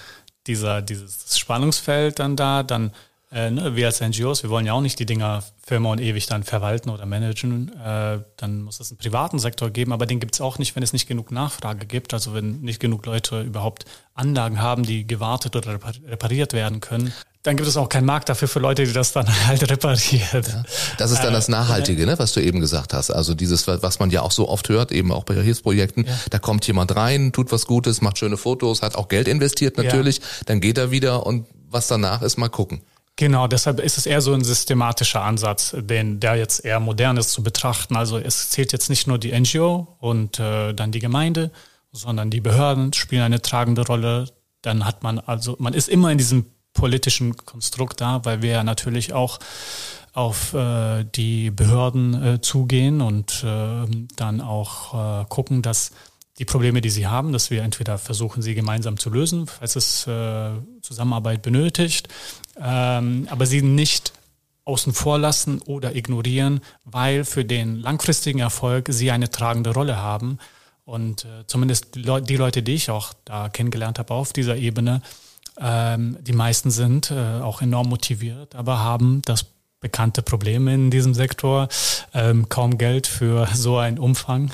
Speaker 1: Spannungsfeld dann da, dann wir als NGOs, wir wollen ja auch nicht die Dinger für immer und ewig dann verwalten oder managen. Dann muss es einen privaten Sektor geben, aber den gibt es auch nicht, wenn es nicht genug Nachfrage gibt. Also wenn nicht genug Leute überhaupt Anlagen haben, die gewartet oder repariert werden können. Dann gibt es auch keinen Markt dafür für Leute, die das dann halt reparieren.
Speaker 4: Ja, das ist dann das Nachhaltige, was du eben gesagt hast. Also dieses, was man ja auch so oft hört, eben auch bei Hilfsprojekten, da kommt jemand rein, tut was Gutes, macht schöne Fotos, hat auch Geld investiert natürlich, dann geht er wieder und was danach ist, mal gucken.
Speaker 1: Genau, deshalb ist es eher so ein systematischer Ansatz, der jetzt eher modern ist zu betrachten. Also es zählt jetzt nicht nur die NGO und dann die Gemeinde, sondern die Behörden spielen eine tragende Rolle. Dann hat man ist immer in diesem politischen Konstrukt da, weil wir ja natürlich auch auf die Behörden zugehen und dann auch gucken, dass die Probleme, die sie haben, dass wir entweder versuchen, sie gemeinsam zu lösen, falls es Zusammenarbeit benötigt, aber sie nicht außen vor lassen oder ignorieren, weil für den langfristigen Erfolg sie eine tragende Rolle haben. Und zumindest die Leute, die ich auch da kennengelernt habe auf dieser Ebene, die meisten sind auch enorm motiviert, aber haben das bekannte Problem in diesem Sektor, kaum Geld für so einen Umfang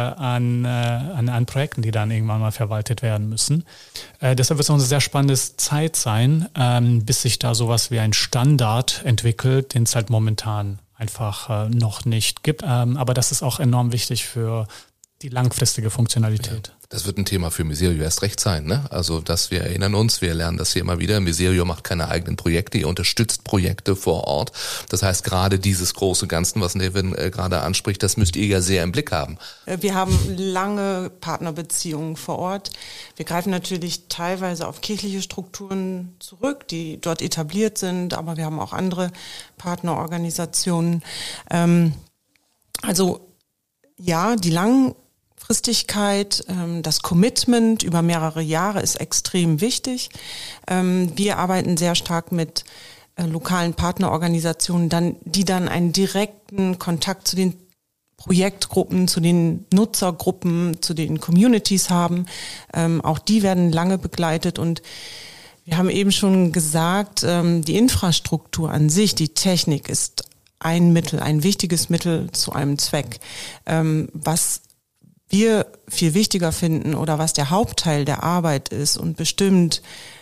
Speaker 1: an Projekten, die dann irgendwann mal verwaltet werden müssen. Deshalb wird es auch eine sehr spannende Zeit sein, bis sich da sowas wie ein Standard entwickelt, den es halt momentan einfach noch nicht gibt. Aber das ist auch enorm wichtig für die langfristige Funktionalität.
Speaker 4: Ja, das wird ein Thema für Miserio erst recht sein, ne? Also, wir erinnern uns, wir lernen das hier immer wieder. Miserio macht keine eigenen Projekte, ihr unterstützt Projekte vor Ort. Das heißt, gerade dieses große Ganze, was Nevin gerade anspricht, das müsst ihr ja sehr im Blick haben.
Speaker 2: Wir haben lange Partnerbeziehungen vor Ort. Wir greifen natürlich teilweise auf kirchliche Strukturen zurück, die dort etabliert sind, aber wir haben auch andere Partnerorganisationen. Die Langfristigkeit, das Commitment über mehrere Jahre ist extrem wichtig. Wir arbeiten sehr stark mit lokalen Partnerorganisationen, die dann einen direkten Kontakt zu den Projektgruppen, zu den Nutzergruppen, zu den Communities haben. Auch die werden lange begleitet und wir haben eben schon gesagt, die Infrastruktur an sich, die Technik ist ein wichtiges Mittel zu einem Zweck. Was wir viel wichtiger finden oder was der Hauptteil der Arbeit ist und bestimmt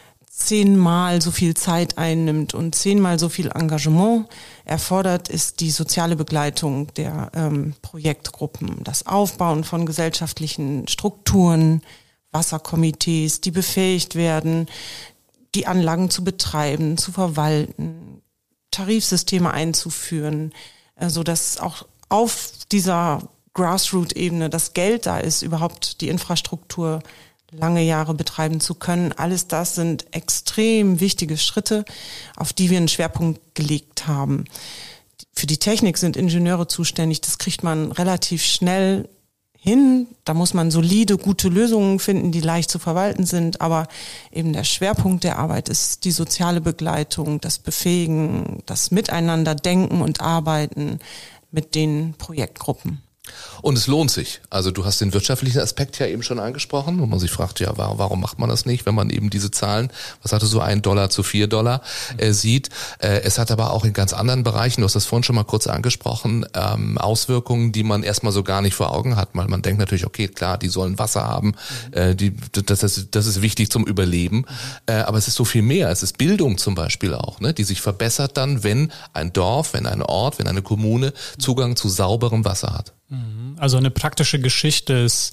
Speaker 2: 10-mal so viel Zeit einnimmt und 10-mal so viel Engagement erfordert, ist die soziale Begleitung der Projektgruppen, das Aufbauen von gesellschaftlichen Strukturen, Wasserkomitees, die befähigt werden, die Anlagen zu betreiben, zu verwalten, Tarifsysteme einzuführen, sodass auch auf dieser Grassroot-Ebene das Geld da ist, überhaupt die Infrastruktur lange Jahre betreiben zu können. Alles das sind extrem wichtige Schritte, auf die wir einen Schwerpunkt gelegt haben. Für die Technik sind Ingenieure zuständig, das kriegt man relativ schnell hin. Da muss man solide, gute Lösungen finden, die leicht zu verwalten sind. Aber eben der Schwerpunkt der Arbeit ist die soziale Begleitung, das Befähigen, das Miteinander denken und arbeiten mit den Projektgruppen.
Speaker 4: Und es lohnt sich. Also du hast den wirtschaftlichen Aspekt ja eben schon angesprochen, wo man sich fragt, ja, warum macht man das nicht, wenn man eben diese Zahlen, was hatte so $1 zu $4 sieht. Es hat aber auch in ganz anderen Bereichen, du hast das vorhin schon mal kurz angesprochen, Auswirkungen, die man erstmal so gar nicht vor Augen hat. Man denkt natürlich, okay, klar, die sollen Wasser haben, das ist wichtig zum Überleben, aber es ist so viel mehr. Es ist Bildung zum Beispiel auch, ne, die sich verbessert dann, wenn ein Dorf, wenn ein Ort, wenn eine Kommune Zugang zu sauberem Wasser hat.
Speaker 1: Also eine praktische Geschichte ist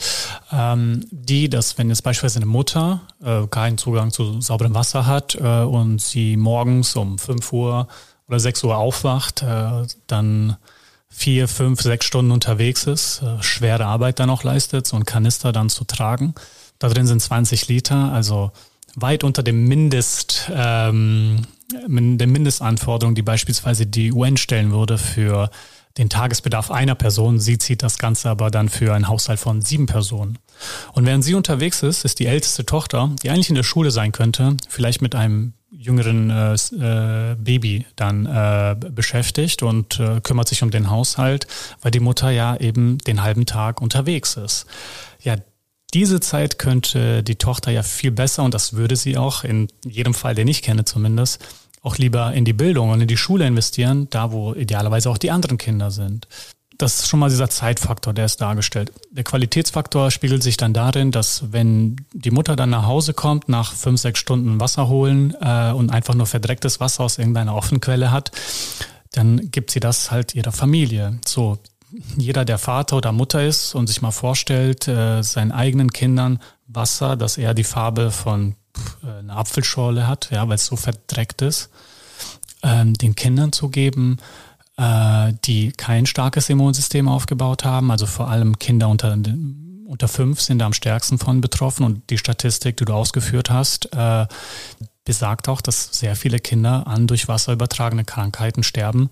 Speaker 1: dass wenn jetzt beispielsweise eine Mutter keinen Zugang zu sauberem Wasser hat und sie morgens um 5 Uhr oder 6 Uhr aufwacht, dann 4, 5, 6 Stunden unterwegs ist, schwere Arbeit dann auch leistet, so einen Kanister dann zu tragen. Da drin sind 20 Liter, also weit unter dem der Mindestanforderung, die beispielsweise die UN stellen würde für den Tagesbedarf einer Person. Sie zieht das Ganze aber dann für einen Haushalt von 7 Personen. Und während sie unterwegs ist die älteste Tochter, die eigentlich in der Schule sein könnte, vielleicht mit einem jüngeren Baby dann beschäftigt und kümmert sich um den Haushalt, weil die Mutter ja eben den halben Tag unterwegs ist. Ja, diese Zeit könnte die Tochter ja viel besser, und das würde sie auch, in jedem Fall, den ich kenne zumindest, auch lieber in die Bildung und in die Schule investieren, da wo idealerweise auch die anderen Kinder sind. Das ist schon mal dieser Zeitfaktor, der ist dargestellt. Der Qualitätsfaktor spiegelt sich dann darin, dass wenn die Mutter dann nach Hause kommt, nach 5, 6 Stunden Wasser holen und einfach nur verdrecktes Wasser aus irgendeiner Offenquelle hat, dann gibt sie das halt ihrer Familie. So, jeder, der Vater oder Mutter ist und sich mal vorstellt, seinen eigenen Kindern Wasser, das eher die Farbe von eine Apfelschorle hat, ja, weil es so verdreckt ist, den Kindern zu geben, die kein starkes Immunsystem aufgebaut haben. Also vor allem Kinder unter 5 sind da am stärksten von betroffen. Und die Statistik, die du ausgeführt hast, besagt auch, dass sehr viele Kinder an durch Wasser übertragene Krankheiten sterben,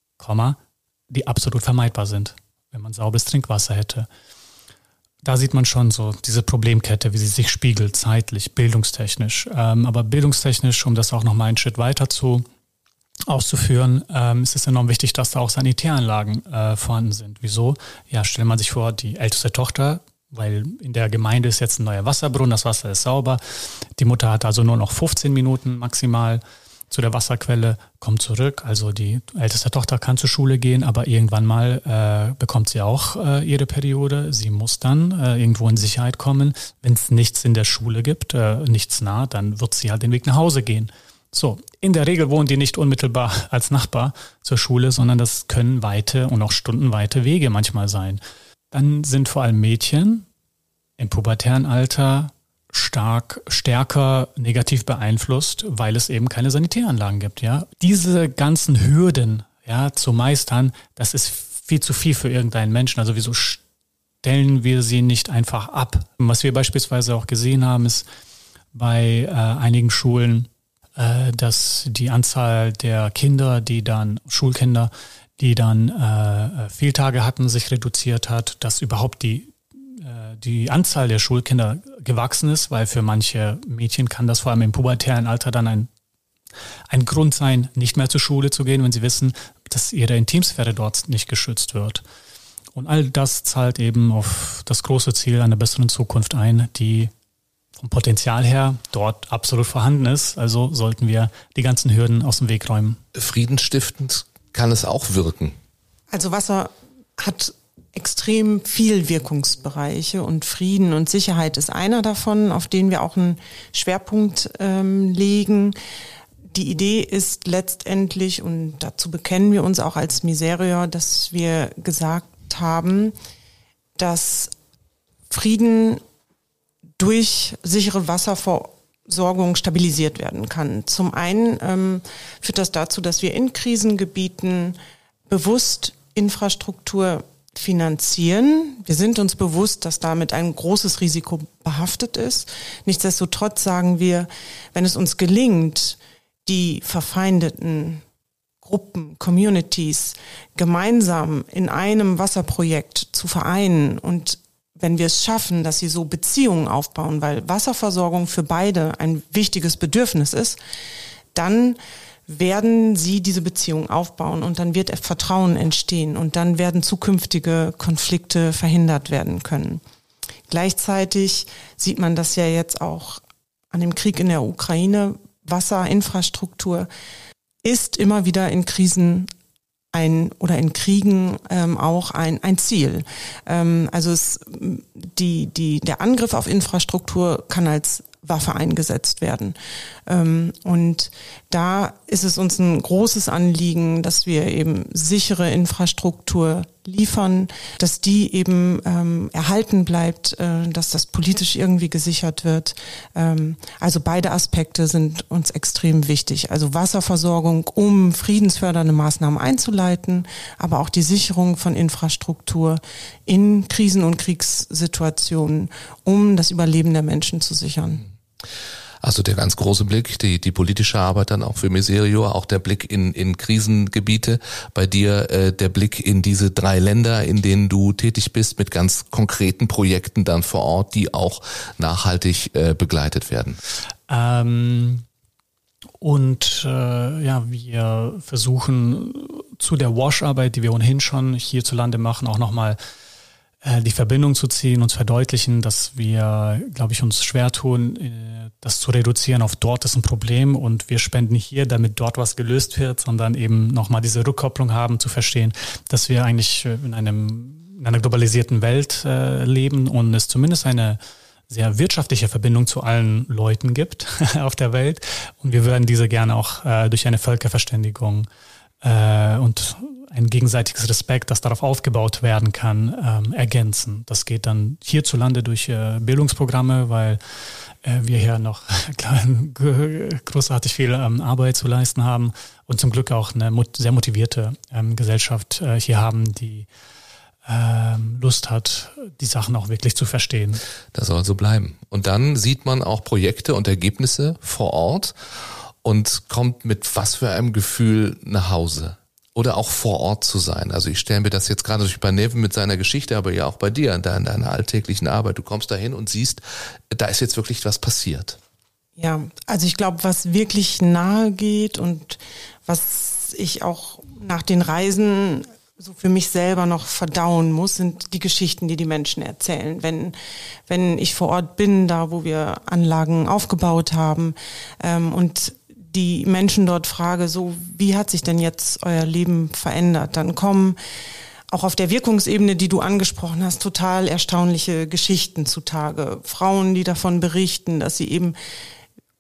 Speaker 1: die absolut vermeidbar sind, wenn man sauberes Trinkwasser hätte. Da sieht man schon so diese Problemkette, wie sie sich spiegelt, zeitlich, bildungstechnisch. Aber bildungstechnisch, um das auch nochmal einen Schritt weiter auszuführen, ist es enorm wichtig, dass da auch Sanitäranlagen vorhanden sind. Wieso? Ja, stellt man sich vor, die älteste Tochter, weil in der Gemeinde ist jetzt ein neuer Wasserbrunnen, das Wasser ist sauber. Die Mutter hat also nur noch 15 Minuten maximal zu der Wasserquelle, kommt zurück. Also die älteste Tochter kann zur Schule gehen, aber irgendwann mal bekommt sie auch ihre Periode. Sie muss dann irgendwo in Sicherheit kommen. Wenn es nichts in der Schule gibt, nichts nah, dann wird sie halt den Weg nach Hause gehen. So, in der Regel wohnen die nicht unmittelbar als Nachbar zur Schule, sondern das können weite und auch stundenweite Wege manchmal sein. dann sind vor allem Mädchen im pubertären Alter stärker negativ beeinflusst, weil es eben keine Sanitäranlagen gibt. Ja, diese ganzen Hürden zu meistern, das ist viel zu viel für irgendeinen Menschen. Also wieso stellen wir sie nicht einfach ab? Was wir beispielsweise auch gesehen haben, ist bei einigen Schulen, dass die Anzahl der Kinder, Schulkinder, die dann Fehltage hatten, sich reduziert hat, dass überhaupt die Anzahl der Schulkinder gewachsen ist, weil für manche Mädchen kann das vor allem im pubertären Alter dann ein Grund sein, nicht mehr zur Schule zu gehen, wenn sie wissen, dass ihre Intimsphäre dort nicht geschützt wird. Und all das zahlt eben auf das große Ziel einer besseren Zukunft ein, die vom Potenzial her dort absolut vorhanden ist. Also sollten wir die ganzen Hürden aus dem Weg räumen.
Speaker 4: Friedensstiftend kann es auch wirken.
Speaker 2: Also Wasser hat extrem viel Wirkungsbereiche und Frieden und Sicherheit ist einer davon, auf den wir auch einen Schwerpunkt legen. Die Idee ist letztendlich, und dazu bekennen wir uns auch als Miserior, dass wir gesagt haben, dass Frieden durch sichere Wasserversorgung stabilisiert werden kann. Zum einen führt das dazu, dass wir in Krisengebieten bewusst Infrastruktur finanzieren. Wir sind uns bewusst, dass damit ein großes Risiko behaftet ist. Nichtsdestotrotz sagen wir, wenn es uns gelingt, die verfeindeten Gruppen, Communities gemeinsam in einem Wasserprojekt zu vereinen und wenn wir es schaffen, dass sie so Beziehungen aufbauen, weil Wasserversorgung für beide ein wichtiges Bedürfnis ist, dann werden sie diese Beziehung aufbauen und dann wird Vertrauen entstehen und dann werden zukünftige Konflikte verhindert werden können. Gleichzeitig sieht man das ja jetzt auch an dem Krieg in der Ukraine. Wasserinfrastruktur ist immer wieder in Krisen in Kriegen auch ein Ziel. Also der Angriff auf Infrastruktur kann als Waffe eingesetzt werden. Und da ist es uns ein großes Anliegen, dass wir eben sichere Infrastruktur liefern, dass die eben erhalten bleibt, dass das politisch irgendwie gesichert wird. Also beide Aspekte sind uns extrem wichtig. Also Wasserversorgung, um friedensfördernde Maßnahmen einzuleiten, aber auch die Sicherung von Infrastruktur in Krisen- und Kriegssituationen, um das Überleben der Menschen zu sichern.
Speaker 4: Also der ganz große Blick, die politische Arbeit dann auch für Miserior, auch der Blick in Krisengebiete, bei dir der Blick in diese 3 Länder, in denen du tätig bist, mit ganz konkreten Projekten dann vor Ort, die auch nachhaltig begleitet werden.
Speaker 1: Wir versuchen zu der WASH-Arbeit, die wir ohnehin schon hierzulande machen, auch nochmal die Verbindung zu ziehen und zu verdeutlichen, dass wir, glaube ich, uns schwer tun, das zu reduzieren auf dort ist ein Problem und wir spenden hier, damit dort was gelöst wird, sondern eben nochmal diese Rückkopplung haben, zu verstehen, dass wir eigentlich in einer globalisierten Welt leben und es zumindest eine sehr wirtschaftliche Verbindung zu allen Leuten gibt auf der Welt und wir würden diese gerne auch durch eine Völkerverständigung und ein gegenseitiges Respekt, das darauf aufgebaut werden kann, ergänzen. Das geht dann hierzulande durch Bildungsprogramme, weil wir hier noch großartig viel Arbeit zu leisten haben und zum Glück auch eine sehr motivierte Gesellschaft hier haben, die Lust hat, die Sachen auch wirklich zu verstehen.
Speaker 4: Das soll so bleiben. Und dann sieht man auch Projekte und Ergebnisse vor Ort und kommt mit was für einem Gefühl nach Hause. Oder auch vor Ort zu sein. Also ich stelle mir das jetzt gerade durch bei Neven mit seiner Geschichte, aber ja auch bei dir in deiner alltäglichen Arbeit. Du kommst dahin und siehst, da ist jetzt wirklich was passiert.
Speaker 2: Ja, also ich glaube, was wirklich nahe geht und was ich auch nach den Reisen so für mich selber noch verdauen muss, sind die Geschichten, die Menschen erzählen. Wenn ich vor Ort bin, da wo wir Anlagen aufgebaut haben und die Menschen dort frage, so wie hat sich denn jetzt euer Leben verändert? Dann kommen auch auf der Wirkungsebene, die du angesprochen hast, total erstaunliche Geschichten zutage. Frauen, die davon berichten, dass sie eben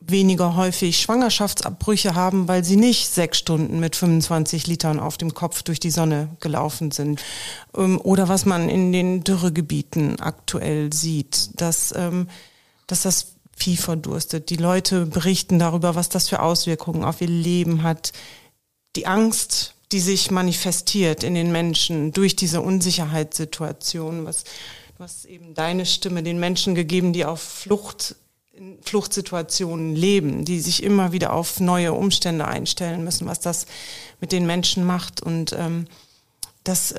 Speaker 2: weniger häufig Schwangerschaftsabbrüche haben, weil sie nicht 6 Stunden mit 25 Litern auf dem Kopf durch die Sonne gelaufen sind. Oder was man in den Dürregebieten aktuell sieht, dass das Vieh verdurstet. Die Leute berichten darüber, was das für Auswirkungen auf ihr Leben hat. Die Angst, die sich manifestiert in den Menschen durch diese Unsicherheitssituation, was eben deine Stimme den Menschen gegeben, die in Fluchtsituationen leben, die sich immer wieder auf neue Umstände einstellen müssen, was das mit den Menschen macht. Und das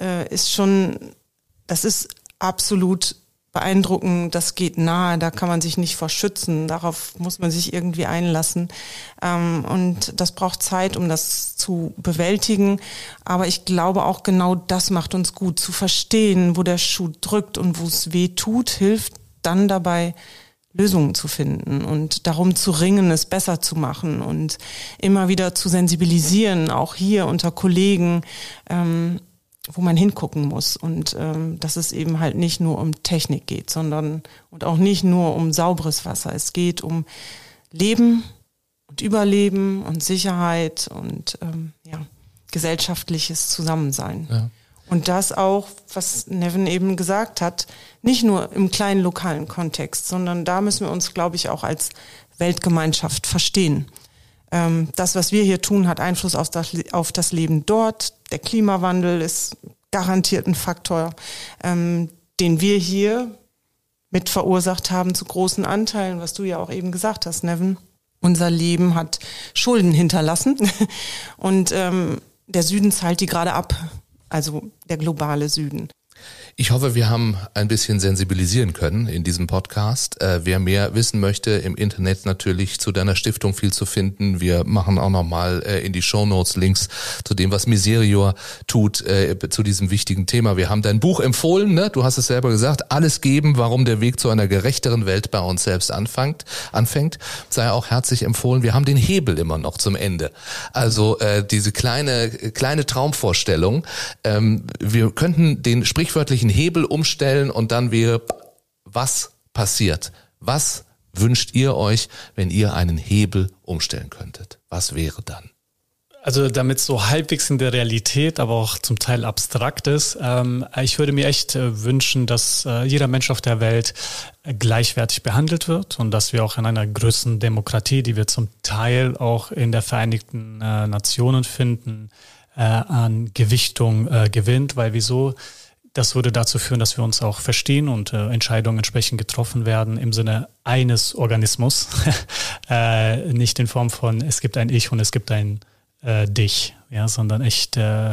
Speaker 2: ist absolut beeindruckend, das geht nahe, da kann man sich nicht vor schützen, darauf muss man sich irgendwie einlassen. Und das braucht Zeit, um das zu bewältigen. Aber ich glaube auch genau das macht uns gut, zu verstehen, wo der Schuh drückt und wo es weh tut, hilft dann dabei, Lösungen zu finden und darum zu ringen, es besser zu machen und immer wieder zu sensibilisieren, auch hier unter Kollegen, wo man hingucken muss und dass es eben halt nicht nur um Technik geht, sondern und auch nicht nur um sauberes Wasser. Es geht um Leben und Überleben und Sicherheit und gesellschaftliches Zusammensein. Ja. Und das auch, was Nevin eben gesagt hat, nicht nur im kleinen lokalen Kontext, sondern da müssen wir uns, glaube ich, auch als Weltgemeinschaft verstehen. Das, was wir hier tun, hat Einfluss auf das Leben dort. Der Klimawandel ist garantiert ein Faktor, den wir hier mit verursacht haben zu großen Anteilen, was du ja auch eben gesagt hast, Nevin. Unser Leben hat Schulden hinterlassen und der Süden zahlt die gerade ab. Also der globale Süden.
Speaker 4: Ich hoffe, wir haben ein bisschen sensibilisieren können in diesem Podcast. Wer mehr wissen möchte, im Internet natürlich zu deiner Stiftung viel zu finden. Wir machen auch nochmal in die Shownotes Links zu dem, was Miserior tut, zu diesem wichtigen Thema. Wir haben dein Buch empfohlen, ne? Du hast es selber gesagt, alles geben, warum der Weg zu einer gerechteren Welt bei uns selbst anfängt. Sei auch herzlich empfohlen. Wir haben den Hebel immer noch zum Ende. Also diese kleine Traumvorstellung. Wir könnten den sprichwörtlichen Hebel umstellen und dann wäre, was passiert? Was wünscht ihr euch, wenn ihr einen Hebel umstellen könntet? Was wäre dann?
Speaker 1: Also damit so halbwegs in der Realität, aber auch zum Teil abstrakt ist, ich würde mir echt wünschen, dass jeder Mensch auf der Welt gleichwertig behandelt wird und dass wir auch in einer größeren Demokratie, die wir zum Teil auch in der Vereinigten Nationen finden, an Gewichtung gewinnt, weil wieso? Das würde dazu führen, dass wir uns auch verstehen und Entscheidungen entsprechend getroffen werden im Sinne eines Organismus, nicht in Form von es gibt ein Ich und es gibt ein Dich, ja, sondern echt,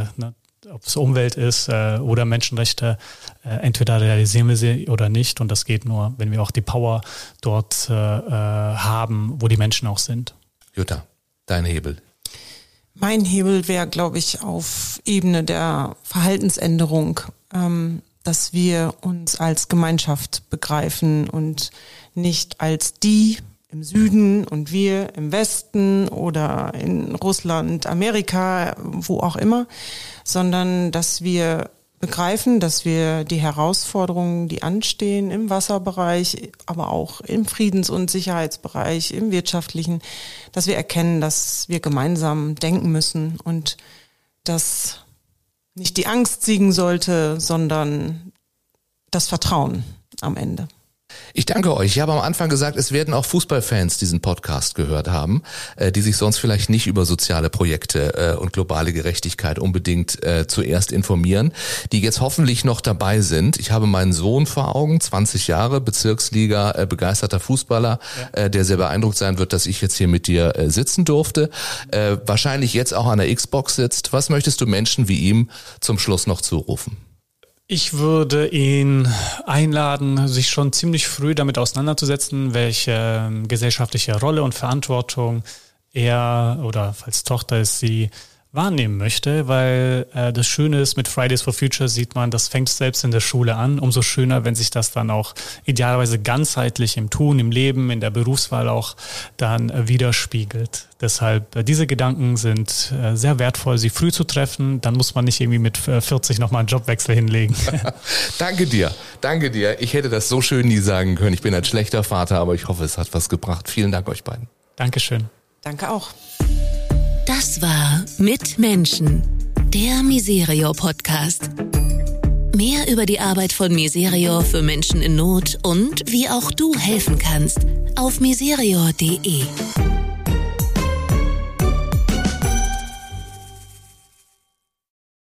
Speaker 1: ob es Umwelt ist oder Menschenrechte, entweder realisieren wir sie oder nicht und das geht nur, wenn wir auch die Power dort haben, wo die Menschen auch sind.
Speaker 4: Jutta, dein Hebel.
Speaker 2: Mein Hebel wäre, glaube ich, auf Ebene der Verhaltensänderung, dass wir uns als Gemeinschaft begreifen und nicht als die im Süden und wir im Westen oder in Russland, Amerika, wo auch immer, sondern dass wir begreifen, dass wir die Herausforderungen, die anstehen im Wasserbereich, aber auch im Friedens- und Sicherheitsbereich, im wirtschaftlichen, dass wir erkennen, dass wir gemeinsam denken müssen und dass nicht die Angst siegen sollte, sondern das Vertrauen am Ende.
Speaker 4: Ich danke euch. Ich habe am Anfang gesagt, es werden auch Fußballfans diesen Podcast gehört haben, die sich sonst vielleicht nicht über soziale Projekte und globale Gerechtigkeit unbedingt zuerst informieren, die jetzt hoffentlich noch dabei sind. Ich habe meinen Sohn vor Augen, 20 Jahre, Bezirksliga, begeisterter Fußballer, der sehr beeindruckt sein wird, dass ich jetzt hier mit dir sitzen durfte. Wahrscheinlich jetzt auch an der Xbox sitzt. Was möchtest du Menschen wie ihm zum Schluss noch zurufen?
Speaker 1: Ich würde ihn einladen, sich schon ziemlich früh damit auseinanderzusetzen, welche gesellschaftliche Rolle und Verantwortung er oder falls Tochter ist, sie wahrnehmen möchte, weil das Schöne ist, mit Fridays for Future sieht man, das fängt selbst in der Schule an. Umso schöner, wenn sich das dann auch idealerweise ganzheitlich im Tun, im Leben, in der Berufswahl auch dann widerspiegelt. Deshalb, diese Gedanken sind sehr wertvoll, sie früh zu treffen. Dann muss man nicht irgendwie mit 40 nochmal einen Jobwechsel hinlegen.
Speaker 4: Danke dir. Ich hätte das so schön nie sagen können. Ich bin ein schlechter Vater, aber ich hoffe, es hat was gebracht. Vielen Dank euch beiden.
Speaker 1: Dankeschön.
Speaker 2: Danke auch.
Speaker 3: Das war Mit Menschen, der Miserio-Podcast. Mehr über die Arbeit von Miserio für Menschen in Not und wie auch du helfen kannst auf miserio.de.